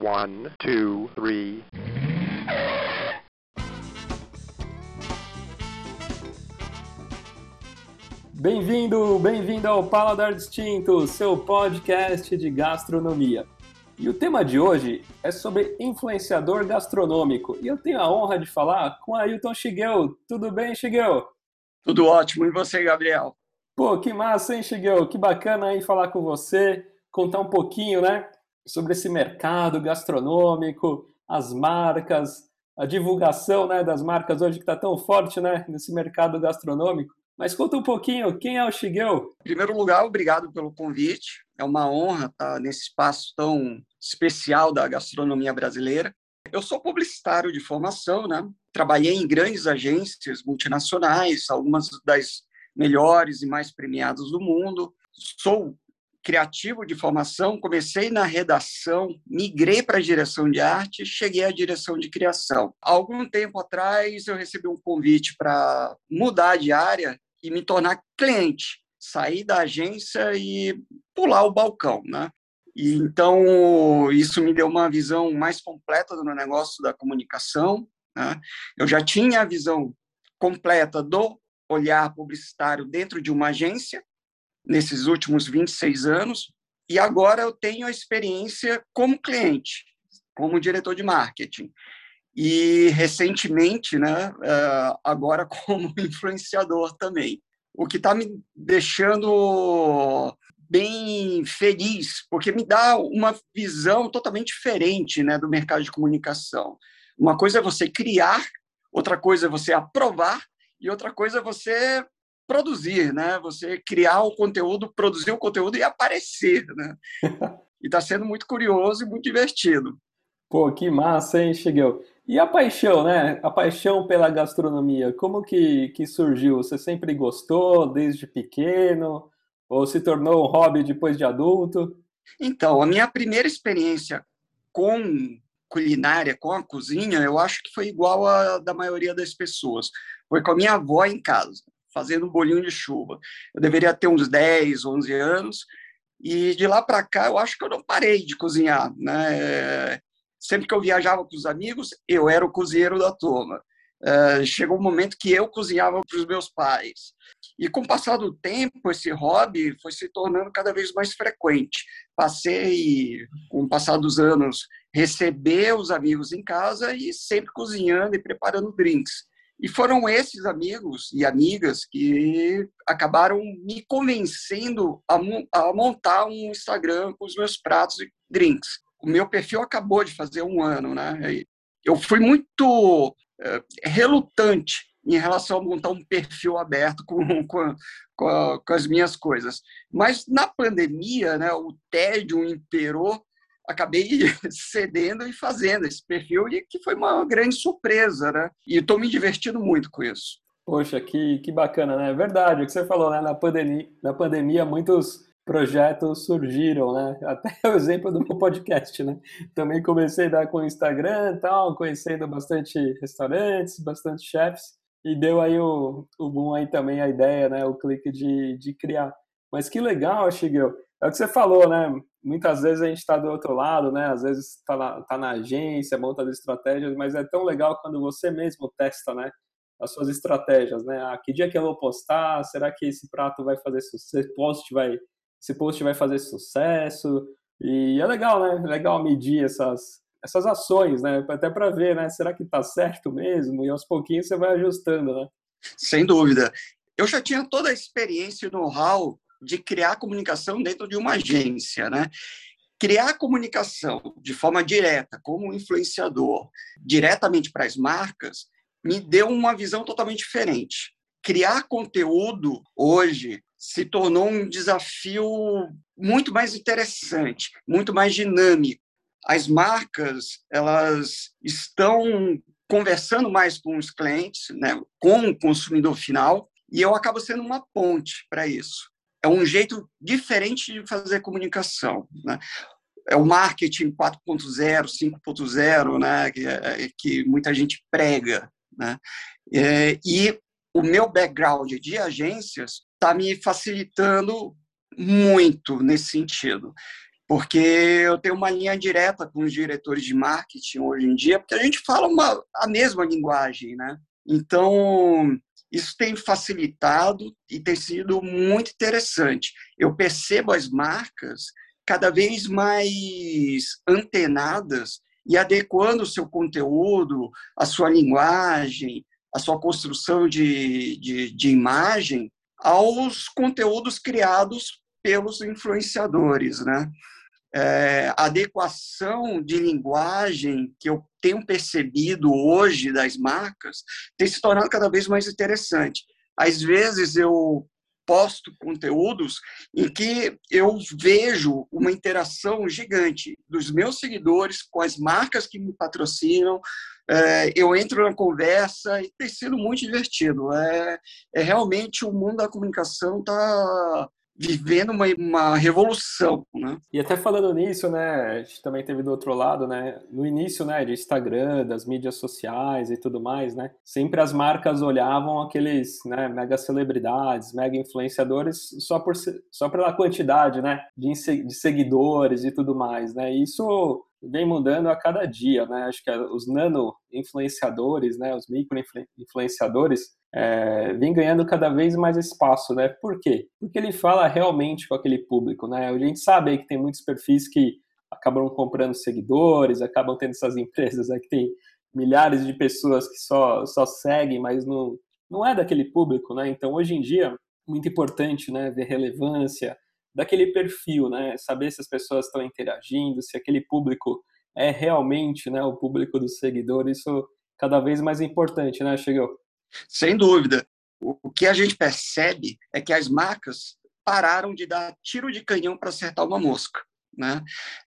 One, two, three. Bem-vindo ao Paladar Distinto, seu podcast de gastronomia. E o tema de hoje é sobre influenciador gastronômico. E eu tenho a honra de falar com Ailton Shigeo. Tudo bem, Shigeo? Tudo ótimo. E você, Gabriel? Pô, que massa, hein, Shigeo? Que bacana aí falar com você, contar um pouquinho, né, sobre esse mercado gastronômico, as marcas, a divulgação, né, das marcas hoje que está tão forte, né, nesse mercado gastronômico. Mas conta um pouquinho, quem é o Shigeo? Em primeiro lugar, obrigado pelo convite. É uma honra estar nesse espaço tão especial da gastronomia brasileira. Eu sou publicitário de formação, né? Trabalhei em grandes agências multinacionais, algumas das melhores e mais premiadas do mundo. Sou criativo de formação, comecei na redação, migrei para a direção de arte, cheguei à direção de criação. Há algum tempo atrás, eu recebi um convite para mudar de área e me tornar cliente, sair da agência e pular o balcão, né? E então, isso me deu uma visão mais completa do negócio da comunicação, né? Eu já tinha a visão completa do olhar publicitário dentro de uma agência, nesses últimos 26 anos, e agora eu tenho a experiência como cliente, como diretor de marketing. E, recentemente, né, agora como influenciador também. O que está me deixando bem feliz, porque me dá uma visão totalmente diferente, né, do mercado de comunicação. Uma coisa é você criar, outra coisa é você aprovar, e outra coisa é você produzir, né? Você criar o conteúdo, produzir o conteúdo e aparecer, né? E está sendo muito curioso e muito divertido. Pô, que massa, hein, Shigeo? E a paixão, né? A paixão pela gastronomia, como que surgiu? Você sempre gostou desde pequeno? Ou se tornou um hobby depois de adulto? Então, a minha primeira experiência com culinária, com a cozinha, eu acho que foi igual a da maioria das pessoas. Foi com a minha avó em casa, fazendo um bolinho de chuva. Eu deveria ter uns 10, 11 anos, e de lá para cá eu acho que eu não parei de cozinhar, né? Sempre que eu viajava com os amigos, eu era o cozinheiro da turma. Chegou um momento que eu cozinhava para os meus pais. E com o passar do tempo, esse hobby foi se tornando cada vez mais frequente. Passei, com o passar dos anos, receber os amigos em casa e sempre cozinhando e preparando drinks. E foram esses amigos e amigas que acabaram me convencendo a montar um Instagram com os meus pratos e drinks. O meu perfil acabou de fazer 1 ano, né? Eu fui muito relutante em relação a montar um perfil aberto com as minhas coisas. Mas na pandemia, né, o tédio imperou, acabei cedendo e fazendo esse perfil, e que foi uma grande surpresa, né? E estou me divertindo muito com isso. Poxa, que bacana, né? É verdade, o que você falou, né? Na pandemia muitos projetos surgiram, né? Até o exemplo do meu podcast, né? Também comecei a dar com o Instagram e tal, conhecendo bastante restaurantes, bastante chefs, e deu aí o boom aí também, a ideia, né? O clique de criar. Mas que legal, Shigeo. É o que você falou, né? Muitas vezes a gente está do outro lado, né? Às vezes tá na agência, monta as estratégias, mas é tão legal quando você mesmo testa, né? As suas estratégias, né? Ah, que dia que eu vou postar? Será que esse prato vai fazer sucesso? Esse post vai fazer sucesso? E é legal, né? É legal medir essas ações, né? Até para ver, né? Será que tá certo mesmo? E aos pouquinhos você vai ajustando, né? Sem dúvida. Eu já tinha toda a experiência e know-how de criar comunicação dentro de uma agência, né? Criar comunicação de forma direta, como influenciador, diretamente para as marcas, me deu uma visão totalmente diferente. Criar conteúdo hoje se tornou um desafio muito mais interessante, muito mais dinâmico. As marcas, elas estão conversando mais com os clientes, né, com o consumidor final, e eu acabo sendo uma ponte para isso. É um jeito diferente de fazer comunicação, né? É o marketing 4.0, 5.0, né, que muita gente prega, né? E o meu background de agências está me facilitando muito nesse sentido, porque eu tenho uma linha direta com os diretores de marketing hoje em dia, porque a gente fala a mesma linguagem, né? Então, isso tem facilitado e tem sido muito interessante. Eu percebo as marcas cada vez mais antenadas e adequando o seu conteúdo, a sua linguagem, a sua construção de imagem aos conteúdos criados pelos influenciadores, né? A adequação de linguagem que eu tenho percebido hoje das marcas tem se tornado cada vez mais interessante. Às vezes eu posto conteúdos em que eu vejo uma interação gigante dos meus seguidores com as marcas que me patrocinam. Eu entro na conversa e tem sido muito divertido. Realmente o mundo da comunicação está vivendo uma revolução, né? E até falando nisso, né, a gente também teve do outro lado, né, no início, né, de Instagram, das mídias sociais e tudo mais, né, sempre as marcas olhavam aqueles, né, mega celebridades, mega influenciadores só pela quantidade, né, de seguidores e tudo mais, né, e isso vem mudando a cada dia, né, acho que os nano influenciadores, né, os micro influenciadores, vem ganhando cada vez mais espaço, né? Por quê? Porque ele fala realmente com aquele público, né? A gente sabe aí que tem muitos perfis que acabam comprando seguidores, acabam tendo essas empresas aí que tem milhares de pessoas que só seguem, mas não é daquele público, né? Então, hoje em dia, muito importante, né, ver relevância daquele perfil, né? Saber se as pessoas estão interagindo, se aquele público é realmente, né, o público dos seguidores, isso cada vez mais importante, né, Chegou? Sem dúvida. O que a gente percebe é que as marcas pararam de dar tiro de canhão para acertar uma mosca, né?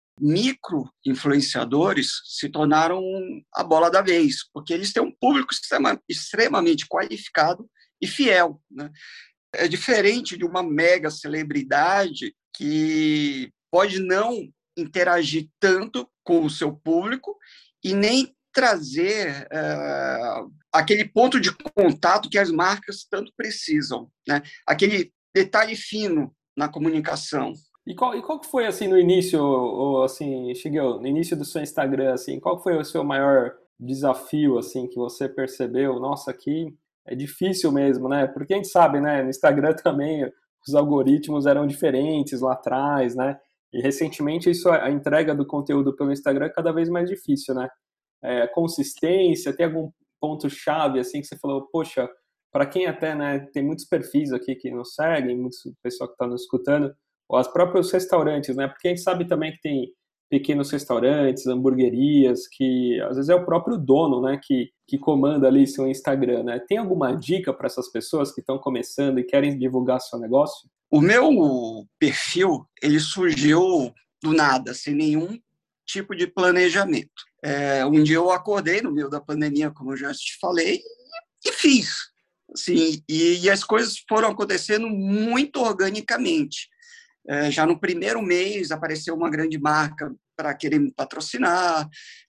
Micro-influenciadores se tornaram a bola da vez, porque eles têm um público extremamente qualificado e fiel, né? É diferente de uma mega celebridade que pode não interagir tanto com o seu público e nem trazer aquele ponto de contato que as marcas tanto precisam, né? Aquele detalhe fino na comunicação. E qual que foi, assim, no início, ou assim, Shigeo, no início do seu Instagram, assim, qual que foi o seu maior desafio, assim, que você percebeu? Nossa, aqui é difícil mesmo, né? Porque a gente sabe, né, no Instagram também os algoritmos eram diferentes lá atrás, né? E recentemente isso, a entrega do conteúdo pelo Instagram é cada vez mais difícil, né? Consistência, tem algum ponto-chave, assim, que você falou, poxa, para quem até, né, tem muitos perfis aqui que nos seguem, muitos pessoal que está nos escutando, ou os próprios restaurantes, né? Porque a gente sabe também que tem pequenos restaurantes, hamburguerias, que às vezes é o próprio dono, né, que comanda ali seu Instagram, né? Tem alguma dica para essas pessoas que estão começando e querem divulgar seu negócio? O meu perfil, ele surgiu do nada, sem nenhum tipo de planejamento. Um dia eu acordei no meio da pandemia, como eu já te falei, e fiz. Assim, e as coisas foram acontecendo muito organicamente. Já no primeiro mês apareceu uma grande marca para querer me patrocinar,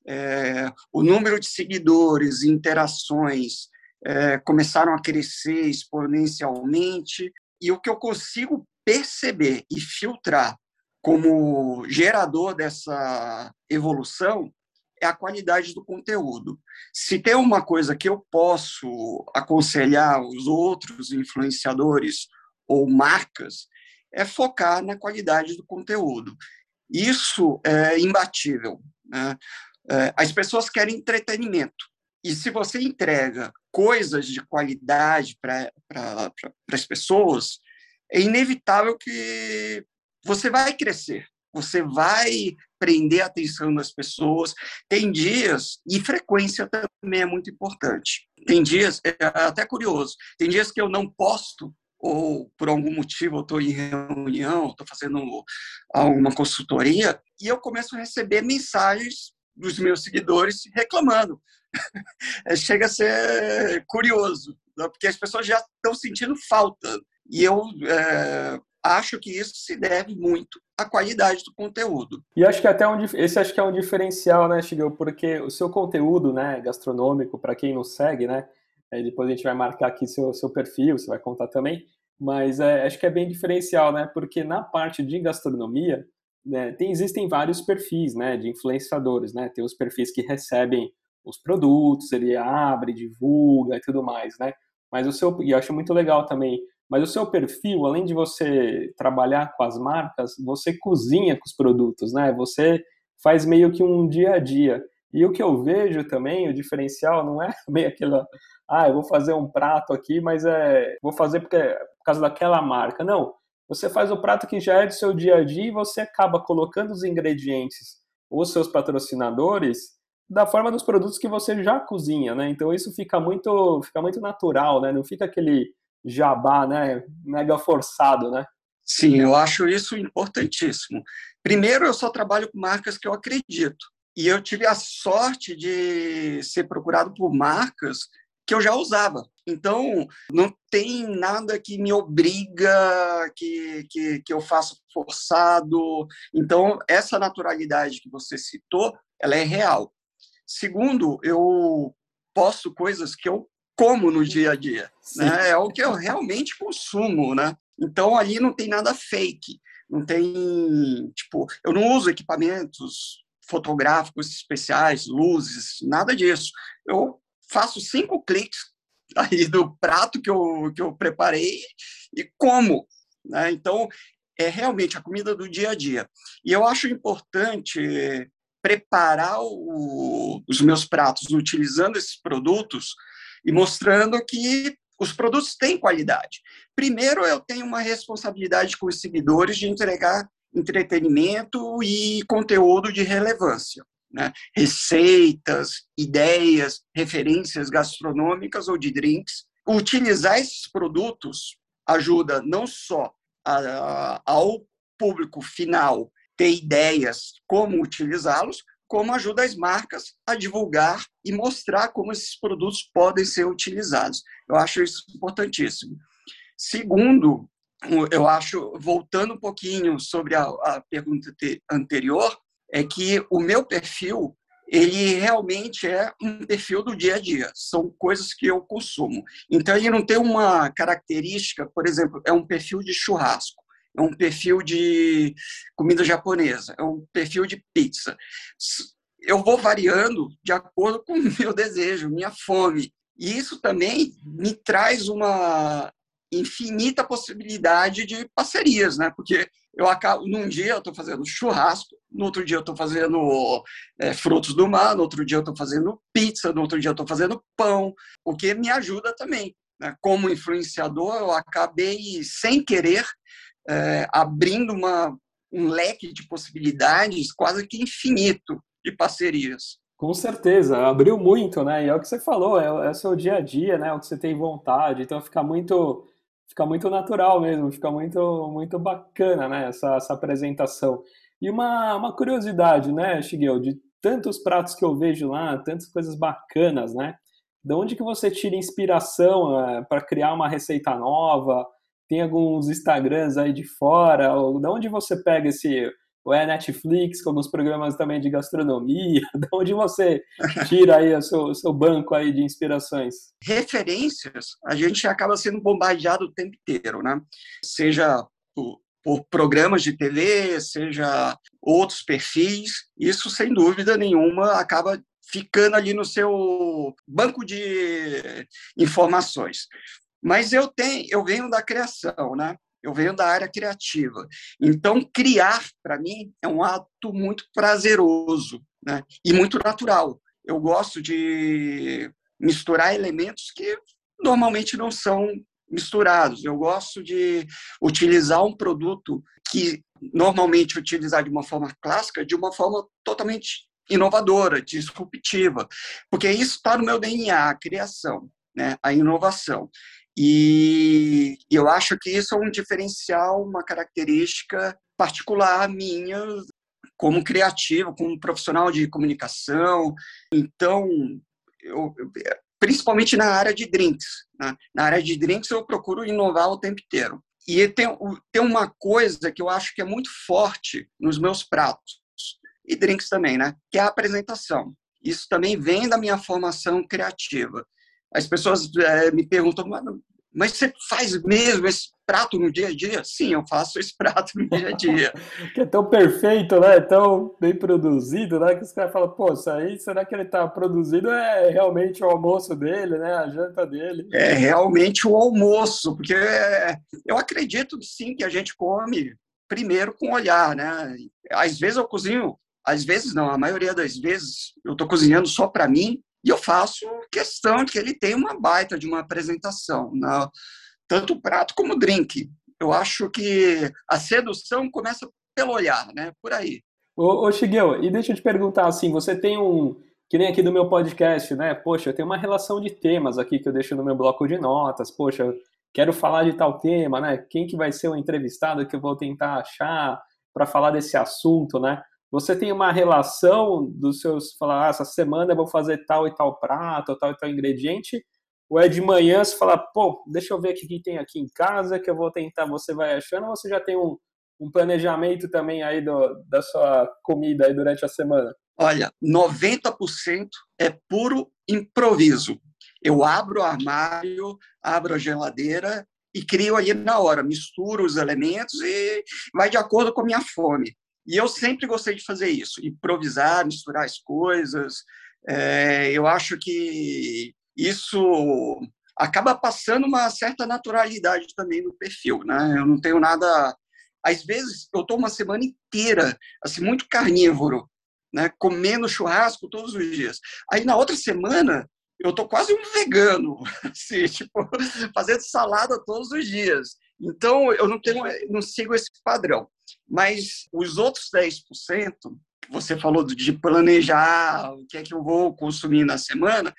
o número de seguidores, interações começaram a crescer exponencialmente, e o que eu consigo perceber e filtrar como gerador dessa evolução é a qualidade do conteúdo. Se tem uma coisa que eu posso aconselhar os outros influenciadores ou marcas, é focar na qualidade do conteúdo. Isso é imbatível, né? As pessoas querem entretenimento. E se você entrega coisas de qualidade para as pessoas, é inevitável que você vai crescer, você vai prender a atenção das pessoas. Tem dias, e frequência também é muito importante. Tem dias, é até curioso, tem dias que eu não posto, ou por algum motivo eu estou em reunião, estou fazendo alguma consultoria, e eu começo a receber mensagens dos meus seguidores reclamando. Chega a ser curioso, né? Porque as pessoas já estão sentindo falta. E eu acho que isso se deve muito à qualidade do conteúdo. E acho que até esse acho que é um diferencial, né, Shigeo? Porque o seu conteúdo, né, gastronômico, para quem não segue, né, depois a gente vai marcar aqui seu perfil, você vai contar também, mas acho que é bem diferencial, né? Porque na parte de gastronomia, né, existem vários perfis, né, de influenciadores, né? Tem os perfis que recebem os produtos, ele abre, divulga e tudo mais, né? Mas e eu acho muito legal também, mas o seu perfil, além de você trabalhar com as marcas, você cozinha com os produtos, né? Você faz meio que um dia a dia. E o que eu vejo também, o diferencial, não é meio aquela, eu vou fazer um prato aqui, mas vou fazer porque por causa daquela marca. Não, você faz o prato que já é do seu dia a dia e você acaba colocando os ingredientes, os seus patrocinadores, da forma dos produtos que você já cozinha, né? Então isso fica muito natural, né? Não fica aquele jabá, né? Mega forçado, né? Sim, eu acho isso importantíssimo. Primeiro, eu só trabalho com marcas que eu acredito. E eu tive a sorte de ser procurado por marcas que eu já usava. Então, não tem nada que me obriga, que eu faça forçado. Então, essa naturalidade que você citou, ela é real. Segundo, eu posto coisas que eu como no dia a dia, Sim. né? É o que eu realmente consumo, né? Então, ali não tem nada fake, não tem, tipo, eu não uso equipamentos fotográficos especiais, luzes, nada disso. Eu faço 5 cliques aí do prato que eu preparei e como, né? Então, é realmente a comida do dia a dia. E eu acho importante preparar os meus pratos utilizando esses produtos e mostrando que os produtos têm qualidade. Primeiro, eu tenho uma responsabilidade com os seguidores de entregar entretenimento e conteúdo de relevância, né? Receitas, ideias, referências gastronômicas ou de drinks. Utilizar esses produtos ajuda não só ao público final ter ideias como utilizá-los, como ajuda as marcas a divulgar e mostrar como esses produtos podem ser utilizados. Eu acho isso importantíssimo. Segundo, eu acho, voltando um pouquinho sobre a pergunta anterior, é que o meu perfil, ele realmente é um perfil do dia a dia, são coisas que eu consumo. Então, ele não tem uma característica, por exemplo, é um perfil de churrasco, é um perfil de comida japonesa, é um perfil de pizza. Eu vou variando de acordo com o meu desejo, minha fome. E isso também me traz uma infinita possibilidade de parcerias, né? Porque eu acabo, num dia eu estou fazendo churrasco, no outro dia eu estou fazendo frutos do mar, no outro dia eu estou fazendo pizza, no outro dia eu estou fazendo pão, o que me ajuda também, né? Como influenciador, eu acabei, sem querer, abrindo um leque de possibilidades quase que infinito de parcerias. Com certeza, abriu muito, né? E é o que você falou, é o seu dia a dia, né? O que você tem vontade, então fica muito natural mesmo, fica muito bacana, né? Essa apresentação. E uma curiosidade, né, Shigeo, de tantos pratos que eu vejo lá, tantas coisas bacanas, né? De onde que você tira inspiração para criar uma receita nova? Tem alguns Instagrams aí de fora? Ou de onde você pega ou é Netflix, com alguns programas também de gastronomia? De onde você tira aí o seu banco aí de inspirações? Referências, a gente acaba sendo bombardeado o tempo inteiro, né? Seja por programas de TV, seja outros perfis, isso, sem dúvida nenhuma, acaba ficando ali no seu banco de informações. Mas eu venho da criação, né? Eu venho da área criativa. Então, criar, para mim, é um ato muito prazeroso, né? E muito natural. Eu gosto de misturar elementos que normalmente não são misturados. Eu gosto de utilizar um produto que normalmente utilizar de uma forma clássica, de uma forma totalmente inovadora, disruptiva, porque isso está no meu DNA, a criação, né? A inovação. E eu acho que isso é um diferencial, uma característica particular minha como criativo, como profissional de comunicação. Então, principalmente na área de drinks, né? Na área de drinks eu procuro inovar o tempo inteiro. E tem uma coisa que eu acho que é muito forte nos meus pratos, e drinks também, né? Que é a apresentação. Isso também vem da minha formação criativa. As pessoas me perguntam, mas você faz mesmo esse prato no dia a dia? Sim, eu faço esse prato no dia a dia. Que é tão perfeito, né? Tão bem produzido, né? Que os caras falam, pô, isso aí, será que ele tá produzindo? É realmente o almoço dele, né? A janta dele. É realmente o almoço, porque eu acredito sim que a gente come primeiro com o olhar, né? Às vezes eu cozinho, às vezes não, a maioria das vezes eu estou cozinhando só para mim e eu faço questão de que ele tenha uma baita de uma apresentação, né? Tanto o prato como o drink. Eu acho que a sedução começa pelo olhar, né? Por aí. Ô Shigeo, e deixa eu te perguntar assim, você tem que nem aqui do meu podcast, né? Poxa, eu tenho uma relação de temas aqui que eu deixo no meu bloco de notas. Poxa, eu quero falar de tal tema, né? Quem que vai ser o entrevistado que eu vou tentar achar para falar desse assunto, né? Você tem uma relação dos seus, falar, essa semana eu vou fazer tal e tal prato, tal e tal ingrediente, ou é de manhã você fala, pô, deixa eu ver o que tem aqui em casa que eu vou tentar, você vai achando, ou você já tem um planejamento também aí da sua comida aí durante a semana? Olha, 90% é puro improviso. Eu abro o armário, abro a geladeira e crio ali na hora, misturo os elementos e vai de acordo com a minha fome. E eu sempre gostei de fazer isso, improvisar, misturar as coisas. Eu acho que isso acaba passando uma certa naturalidade também no perfil, né? Eu não tenho nada. Às vezes eu estou uma semana inteira assim muito carnívoro, né, comendo churrasco todos os dias. Aí na outra semana eu tô quase um vegano, assim, tipo, fazendo salada todos os dias. Então eu não sigo esse padrão. Mas os outros 10% que você falou de planejar o que é que eu vou consumir na semana,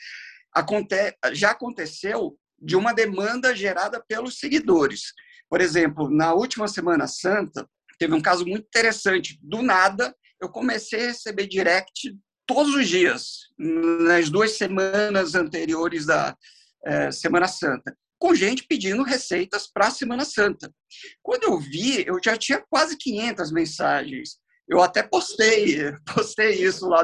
já aconteceu de uma demanda gerada pelos seguidores. Por exemplo, na última Semana Santa, teve um caso muito interessante. Do nada, eu comecei a receber direct todos os dias, nas 2 semanas anteriores da Semana Santa, com gente pedindo receitas para a Semana Santa. Quando eu vi, eu já tinha quase 500 mensagens. Eu até postei isso lá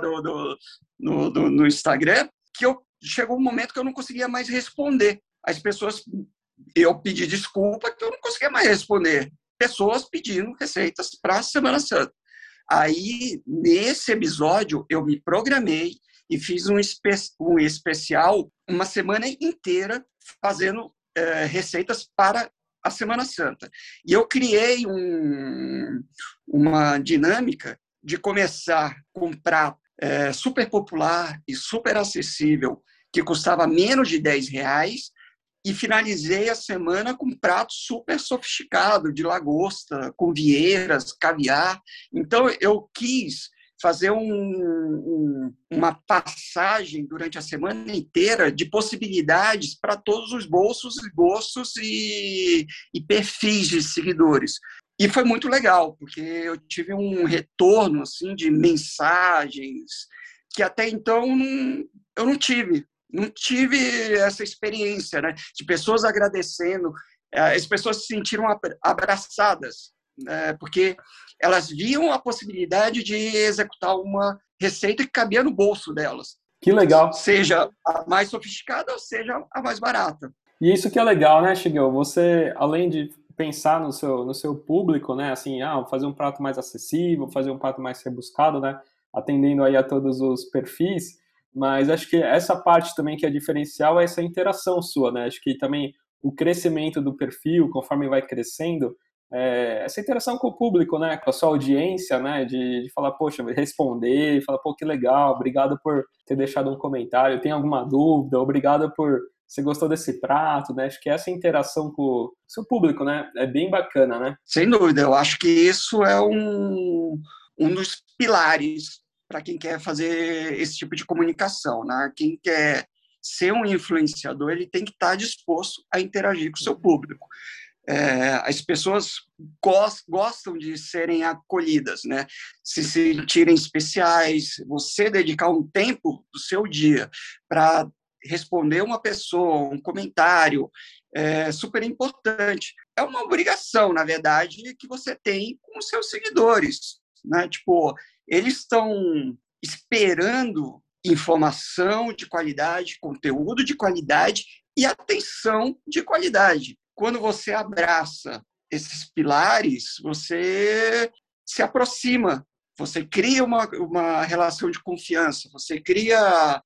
no Instagram, que chegou um momento que eu não conseguia mais responder. As pessoas, eu pedi desculpa que eu não conseguia mais responder. Pessoas pedindo receitas para a Semana Santa. Aí, nesse episódio, eu me programei e fiz um especial, uma semana inteira, fazendo receitas para a Semana Santa. E eu criei uma dinâmica de começar com um prato super popular e super acessível, que custava menos de R$ 10, e finalizei a semana com um prato super sofisticado, de lagosta, com vieiras, caviar. Então, eu quis fazer uma passagem durante a semana inteira de possibilidades para todos os bolsos, gostos e perfis de seguidores. E foi muito legal, porque eu tive um retorno assim, de mensagens que até então eu não tive. Não tive essa experiência, né? De pessoas agradecendo, as pessoas se sentiram abraçadas, né? Porque elas viam a possibilidade de executar uma receita que cabia no bolso delas. Que legal. Seja a mais sofisticada ou seja a mais barata. E isso que é legal, né, Shigeo? Você, além de pensar no seu público, né, assim, fazer um prato mais acessível, fazer um prato mais rebuscado, né, atendendo aí a todos os perfis, mas acho que essa parte também que é diferencial é essa interação sua, né? Acho que também o crescimento do perfil, conforme vai crescendo, essa interação com o público, né, com a sua audiência, né, de falar, poxa, responder, falar, pô, que legal, obrigado por ter deixado um comentário, tem alguma dúvida, obrigado por você gostou desse prato, né? Acho que essa interação com o seu público, né, é bem bacana, né? Sem dúvida, eu acho que isso é um dos pilares para quem quer fazer esse tipo de comunicação, né? Quem quer ser um influenciador, ele tem que estar disposto a interagir com o seu público. As pessoas gostam de serem acolhidas, né? Se sentirem especiais, você dedicar um tempo do seu dia para responder uma pessoa, um comentário, é super importante. É uma obrigação, na verdade, que você tem com os seus seguidores, né? Tipo, eles estão esperando informação de qualidade, conteúdo de qualidade e atenção de qualidade. Quando você abraça esses pilares, você se aproxima, você cria uma relação de confiança, você cria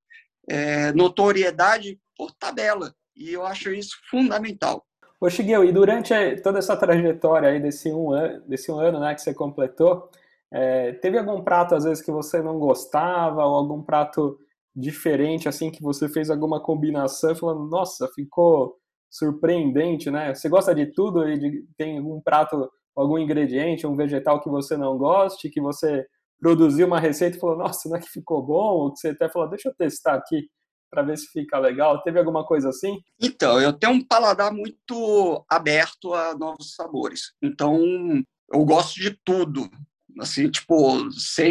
notoriedade por tabela, e eu acho isso fundamental. Ô, Shigeo, e durante toda essa trajetória aí desse um ano, né, que você completou, teve algum prato, às vezes, que você não gostava, ou algum prato diferente, assim, que você fez alguma combinação, falando, nossa, ficou surpreendente, né? Você gosta de tudo e tem algum prato, algum ingrediente, um vegetal que você não goste, que você produziu uma receita e falou, nossa, não é que ficou bom? Ou que você até falou, deixa eu testar aqui para ver se fica legal. Teve alguma coisa assim? Então, eu tenho um paladar muito aberto a novos sabores. Então, eu gosto de tudo, assim, tipo,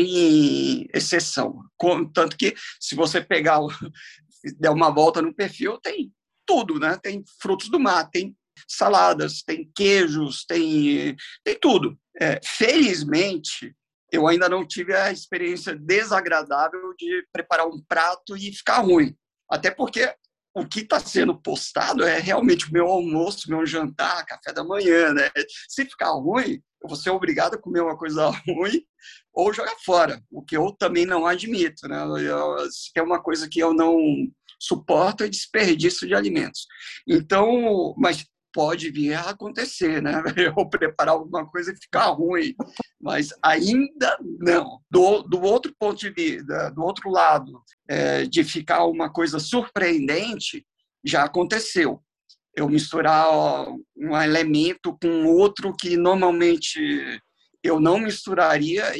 sem exceção. Tanto que, se você pegar, der uma volta no perfil, tem tudo, né? Tem frutos do mar, tem saladas, tem queijos, tem tudo. Felizmente, eu ainda não tive a experiência desagradável de preparar um prato e ficar ruim. Até porque o que está sendo postado é realmente o meu almoço, meu jantar, café da manhã, né? Se ficar ruim, eu vou ser obrigado a comer uma coisa ruim ou jogar fora, o que eu também não admito, né? Se tem uma coisa que eu não suporto é desperdício de alimentos. Então, mas pode vir a acontecer, né? Eu preparar alguma coisa e ficar ruim, mas ainda não. Do outro ponto de vista, do outro lado, de ficar uma coisa surpreendente, já aconteceu. Eu misturar um elemento com outro que normalmente eu não misturaria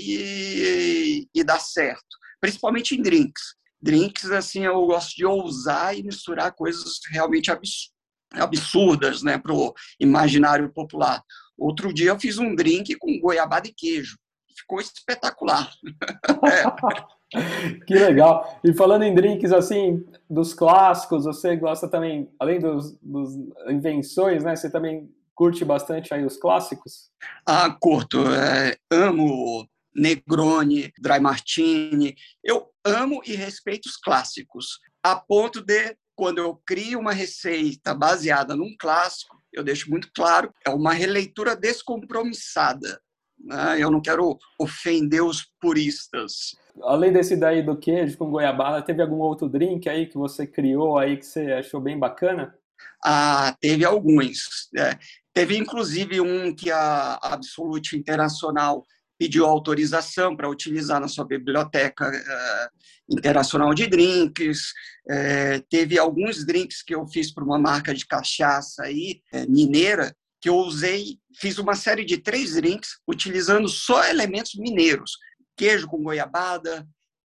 e dar certo, principalmente em drinks. Drinks, assim, eu gosto de ousar e misturar coisas realmente absurdas, né, para o imaginário popular. Outro dia eu fiz um drink com goiabada e queijo. Ficou espetacular. Que legal. E falando em drinks, assim, dos clássicos, você gosta também, além dos invenções, né? Você também curte bastante aí os clássicos? Curto. Amo Negroni, Dry Martini. Eu amo e respeito os clássicos, a ponto de, quando eu crio uma receita baseada num clássico, eu deixo muito claro, é uma releitura descompromissada. Né? Eu não quero ofender os puristas. Além desse daí do queijo com goiabada, teve algum outro drink aí que você criou aí que você achou bem bacana? Teve alguns. Teve, inclusive, um que a Absolute Internacional pediu autorização para utilizar na sua biblioteca internacional de drinks. Teve alguns drinks que eu fiz para uma marca de cachaça aí, mineira, que eu fiz uma série de 3 drinks utilizando só elementos mineiros. Queijo com goiabada,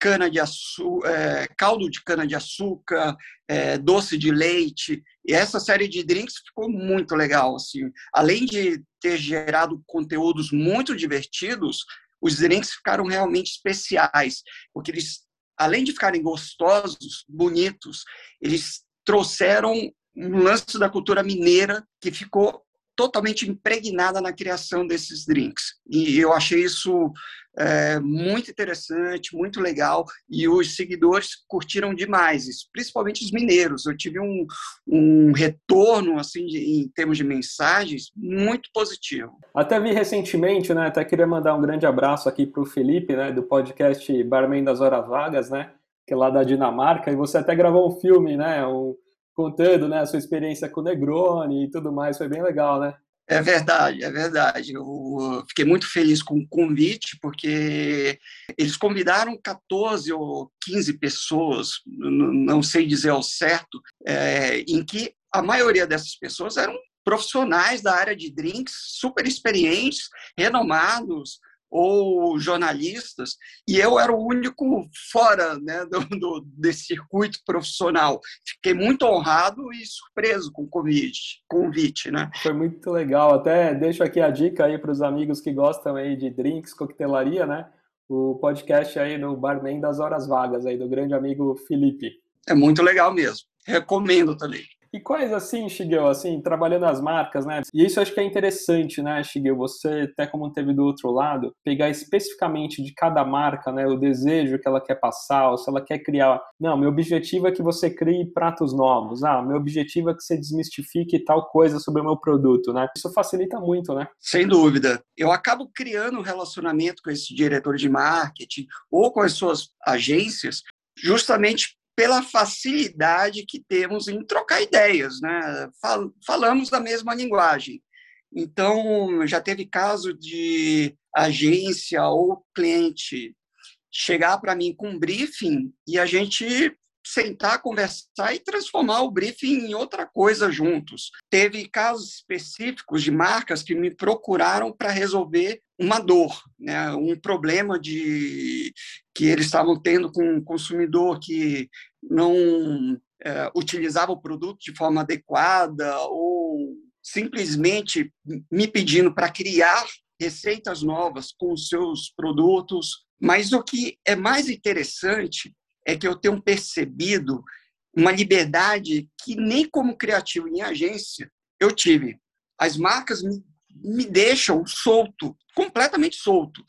caldo de cana-de-açúcar, doce de leite. E essa série de drinks ficou muito legal. Assim. Além de ter gerado conteúdos muito divertidos, os drinks ficaram realmente especiais, porque eles, além de ficarem gostosos, bonitos, eles trouxeram um lance da cultura mineira que ficou totalmente impregnada na criação desses drinks. E eu achei isso muito interessante, muito legal, e os seguidores curtiram demais isso, principalmente os mineiros. Eu tive um retorno, assim, em termos de mensagens, muito positivo. Até vi recentemente, né, até queria mandar um grande abraço aqui para o Felipe, né, do podcast Barman das Horas Vagas, né, que é lá da Dinamarca, e você até gravou um filme, né, contando, né, a sua experiência com o Negroni e tudo mais, foi bem legal, né? É verdade, é verdade. Eu fiquei muito feliz com o convite, porque eles convidaram 14 ou 15 pessoas, não sei dizer ao certo, em que a maioria dessas pessoas eram profissionais da área de drinks, super experientes, renomados, ou jornalistas, e eu era o único fora, né, desse circuito profissional. Fiquei muito honrado e surpreso com o convite, né? Foi muito legal. Até deixo aqui a dica aí para os amigos que gostam aí de drinks, coquetelaria, né? O podcast aí no Barman das Horas Vagas, aí do grande amigo Felipe. É muito legal mesmo. Recomendo também. E quais, assim, Shigeo, assim, trabalhando as marcas, né? E isso eu acho que é interessante, né, Shigeo? Você, até como teve do outro lado, pegar especificamente de cada marca, né, o desejo que ela quer passar, ou se ela quer criar... Não, meu objetivo é que você crie pratos novos. Ah, meu objetivo é que você desmistifique tal coisa sobre o meu produto, né? Isso facilita muito, né? Sem dúvida. Eu acabo criando um relacionamento com esse diretor de marketing ou com as suas agências, justamente pela facilidade que temos em trocar ideias, né? Falamos da mesma linguagem. Então, já teve caso de agência ou cliente chegar para mim com um briefing e a gente sentar, conversar e transformar o briefing em outra coisa juntos. Teve casos específicos de marcas que me procuraram para resolver uma dor, né? Um problema que eles estavam tendo com um consumidor que não utilizava o produto de forma adequada ou simplesmente me pedindo para criar receitas novas com os seus produtos. Mas o que é mais interessante é que eu tenho percebido uma liberdade que nem como criativo em agência eu tive. As marcas me deixam solto, completamente solto.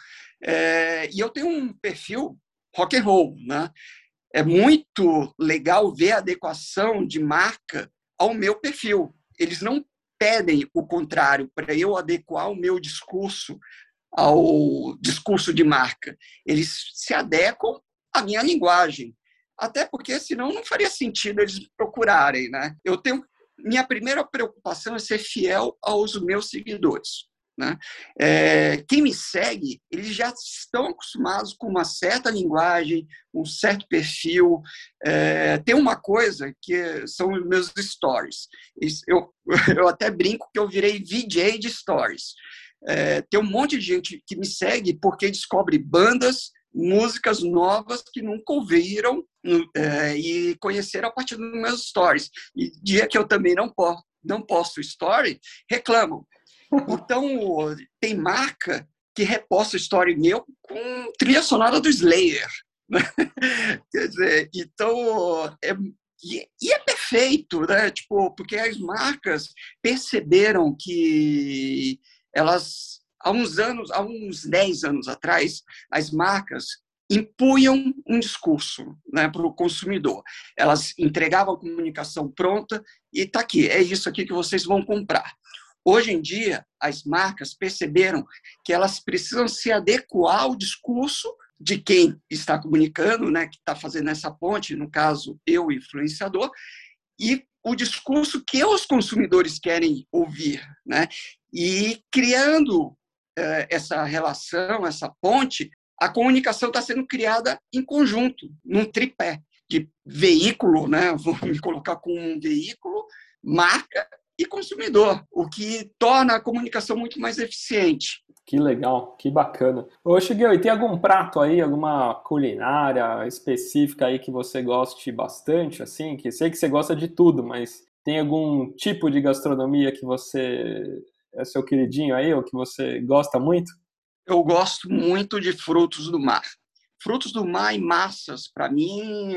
E eu tenho um perfil rock and roll, né? É muito legal ver a adequação de marca ao meu perfil. Eles não pedem o contrário, para eu adequar o meu discurso ao discurso de marca. Eles se adequam à minha linguagem. Até porque, senão, não faria sentido eles me procurarem, né? Minha primeira preocupação é ser fiel aos meus seguidores, né? Quem me segue, eles já estão acostumados com uma certa linguagem, um certo perfil. Tem uma coisa que são os meus stories. Eu até brinco que eu virei VJ de stories. Tem um monte de gente que me segue porque descobre bandas, músicas novas que nunca ouviram e conheceram a partir dos meus stories. E dia que eu também não posto story, reclamam. Então, tem marca que reposta story meu com trilha sonora do Slayer. Quer dizer, então... E é perfeito, né? Tipo, porque as marcas perceberam que elas, há uns 10 anos atrás, as marcas impunham um discurso, né, para o consumidor. Elas entregavam a comunicação pronta e está aqui, é isso aqui que vocês vão comprar. Hoje em dia, as marcas perceberam que elas precisam se adequar ao discurso de quem está comunicando, né, que está fazendo essa ponte, no caso, eu, influenciador, e o discurso que os consumidores querem ouvir, né? E criando essa relação, essa ponte, a comunicação está sendo criada em conjunto, num tripé de veículo, né? Vou me colocar com um veículo, marca e consumidor, o que torna a comunicação muito mais eficiente. Que legal, que bacana. Ô, Shigeo, e tem algum prato aí, alguma culinária específica aí que você goste bastante, assim? Que sei que você gosta de tudo, mas tem algum tipo de gastronomia que você é seu queridinho aí, ou que você gosta muito? Eu gosto muito de frutos do mar. Frutos do mar e massas, para mim,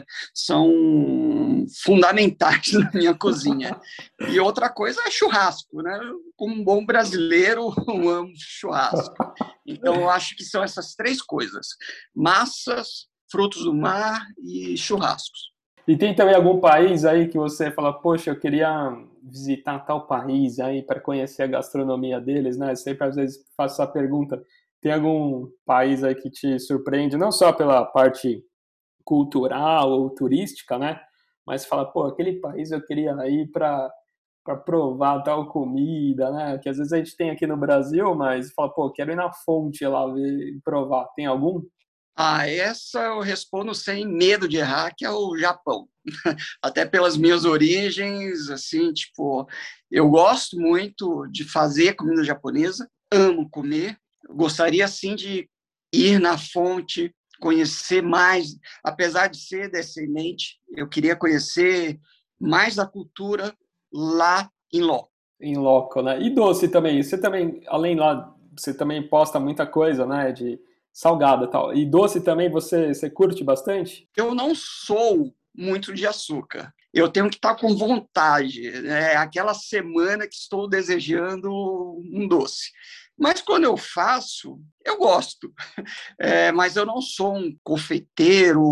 são fundamentais na minha cozinha. E outra coisa é churrasco, né? Como um bom brasileiro, eu amo churrasco. Então, eu acho que são essas três coisas: massas, frutos do mar e churrascos. E tem também algum país aí que você fala, poxa, eu queria visitar tal país aí para conhecer a gastronomia deles, né? Sempre às vezes faço essa pergunta. Tem algum país aí que te surpreende, não só pela parte cultural ou turística, né? Mas fala, pô, aquele país eu queria ir para provar tal comida, né? Que às vezes a gente tem aqui no Brasil, mas fala, pô, quero ir na fonte lá ver e provar. Tem algum? Essa eu respondo sem medo de errar, que é o Japão. Até pelas minhas origens, assim, tipo, eu gosto muito de fazer comida japonesa, amo comer, gostaria, assim, de ir na fonte, conhecer mais, apesar de ser descendente, eu queria conhecer mais da cultura lá em loco. Em loco, né? E doce também. Você também, além lá, você também posta muita coisa, né? De salgado e tal. E doce também você curte bastante? Eu não sou muito de açúcar. Eu tenho que estar com vontade, né? Aquela semana que estou desejando um doce. Mas quando eu faço, eu gosto. Mas eu não sou um confeiteiro,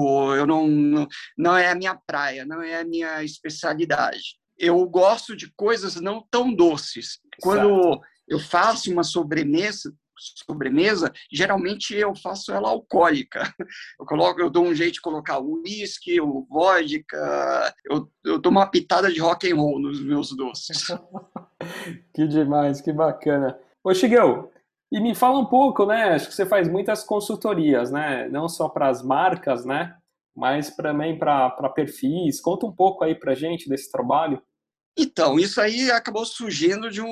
não é a minha praia, não é a minha especialidade. Eu gosto de coisas não tão doces. Quando eu faço uma sobremesa, geralmente eu faço ela alcoólica. Eu dou um jeito de colocar o uísque, o vodka, eu dou uma pitada de rock and roll nos meus doces. Que demais, que bacana. Ô, Shigeo, e me fala um pouco, né? Acho que você faz muitas consultorias, né? Não só para as marcas, né? Mas também para perfis. Conta um pouco aí pra gente desse trabalho. Então, isso aí acabou surgindo de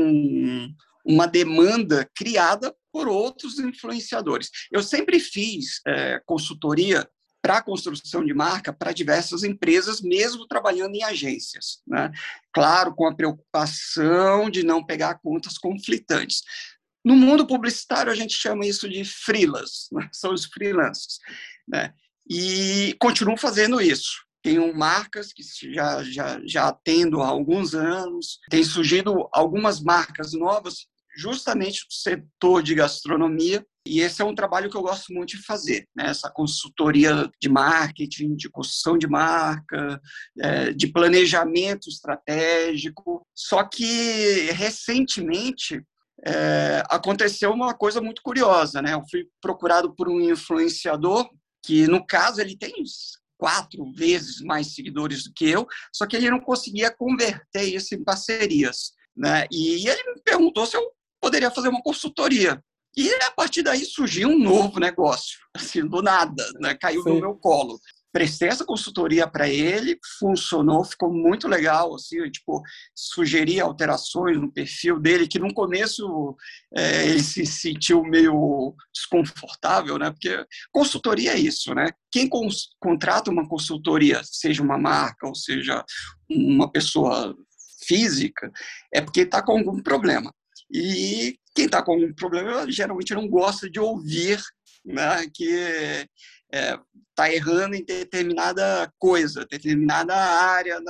uma demanda criada por outros influenciadores. Eu sempre fiz consultoria para a construção de marca para diversas empresas, mesmo trabalhando em agências, né? Claro, com a preocupação de não pegar contas conflitantes. No mundo publicitário, a gente chama isso de freelas, né? São os freelancers, né? E continuo fazendo isso. Tenho marcas que já atendo há alguns anos, tem surgido algumas marcas novas, justamente do setor de gastronomia, e esse é um trabalho que eu gosto muito de fazer, né? Essa consultoria de marketing, de construção de marca, de planejamento estratégico. Só que, recentemente, aconteceu uma coisa muito curiosa, né? Eu fui procurado por um influenciador que, no caso, ele tem 4 vezes mais seguidores do que eu, só que ele não conseguia converter isso em parcerias, né? E ele me perguntou se eu poderia fazer uma consultoria. E a partir daí surgiu um novo negócio, assim, do nada, né? Caiu no meu colo. Prestei essa consultoria para ele, funcionou, ficou muito legal, assim, eu, tipo, sugeri alterações no perfil dele, que no começo ele se sentiu meio desconfortável, né? Porque consultoria é isso, né? Quem contrata uma consultoria, seja uma marca ou seja uma pessoa física, é porque está com algum problema. E quem está com algum problema geralmente não gosta de ouvir, né, que está errando em determinada coisa, determinada área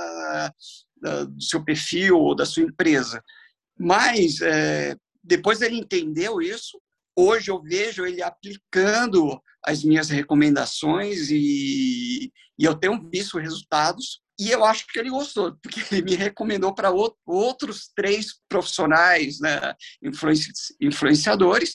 do seu perfil ou da sua empresa. Mas, depois ele entendeu isso, hoje eu vejo ele aplicando as minhas recomendações e eu tenho visto resultados. E eu acho que ele gostou, porque ele me recomendou para outros 3 profissionais, né, influenciadores,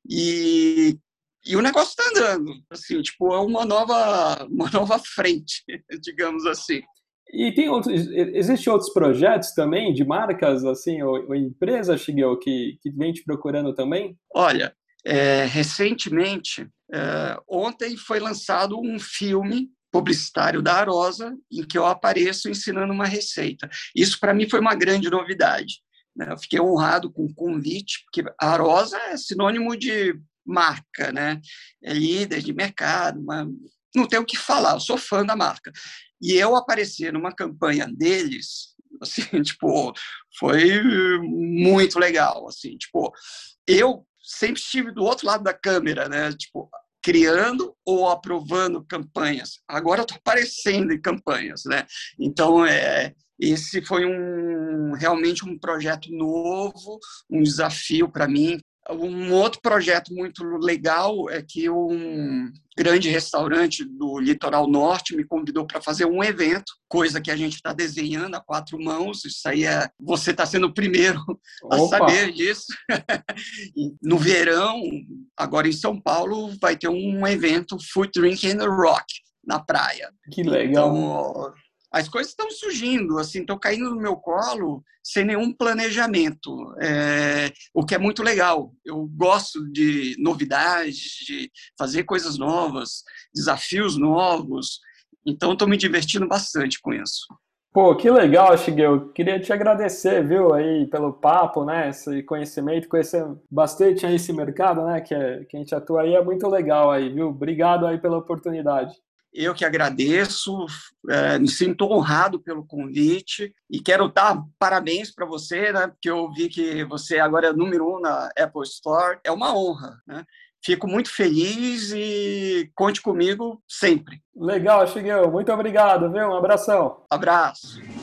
e o negócio está andando. Assim, tipo, é uma nova frente, digamos assim. E existem outros projetos também de marcas, assim, ou empresas, Shigeo, que vem te procurando também? Olha, recentemente, ontem foi lançado um filme publicitário da Arosa, em que eu apareço ensinando uma receita. Isso, para mim, foi uma grande novidade, né? Eu fiquei honrado com o convite, porque a Arosa é sinônimo de marca, né? É líder de mercado, mas não tenho o que falar, eu sou fã da marca. E eu aparecer numa campanha deles, assim, tipo, foi muito legal, assim, tipo, eu sempre estive do outro lado da câmera, né? Tipo, criando ou aprovando campanhas. Agora eu estou aparecendo em campanhas, né? Então, esse foi realmente um projeto novo, um desafio para mim. Um outro projeto muito legal é que um grande restaurante do Litoral Norte me convidou para fazer um evento, coisa que a gente está desenhando a 4 mãos. Isso aí você está sendo o primeiro a saber disso. No verão, agora em São Paulo, vai ter um evento Food, Drink and Rock na praia. Que legal. Então, as coisas estão surgindo, assim, estão caindo no meu colo sem nenhum planejamento, o que é muito legal. Eu gosto de novidades, de fazer coisas novas, desafios novos, então estou me divertindo bastante com isso. Pô, que legal, Shigeo. Queria te agradecer, viu, aí pelo papo, né, esse conhecimento, conhecer bastante aí esse mercado, né, que a gente atua aí, é muito legal aí, viu? Obrigado aí pela oportunidade. Eu que agradeço, me sinto honrado pelo convite e quero dar parabéns para você, né? Porque eu vi que você agora é número 1 na Apple Store. É uma honra, né? Fico muito feliz e conte comigo sempre. Legal, Shigeo. Muito obrigado, viu? Um abração. Abraço.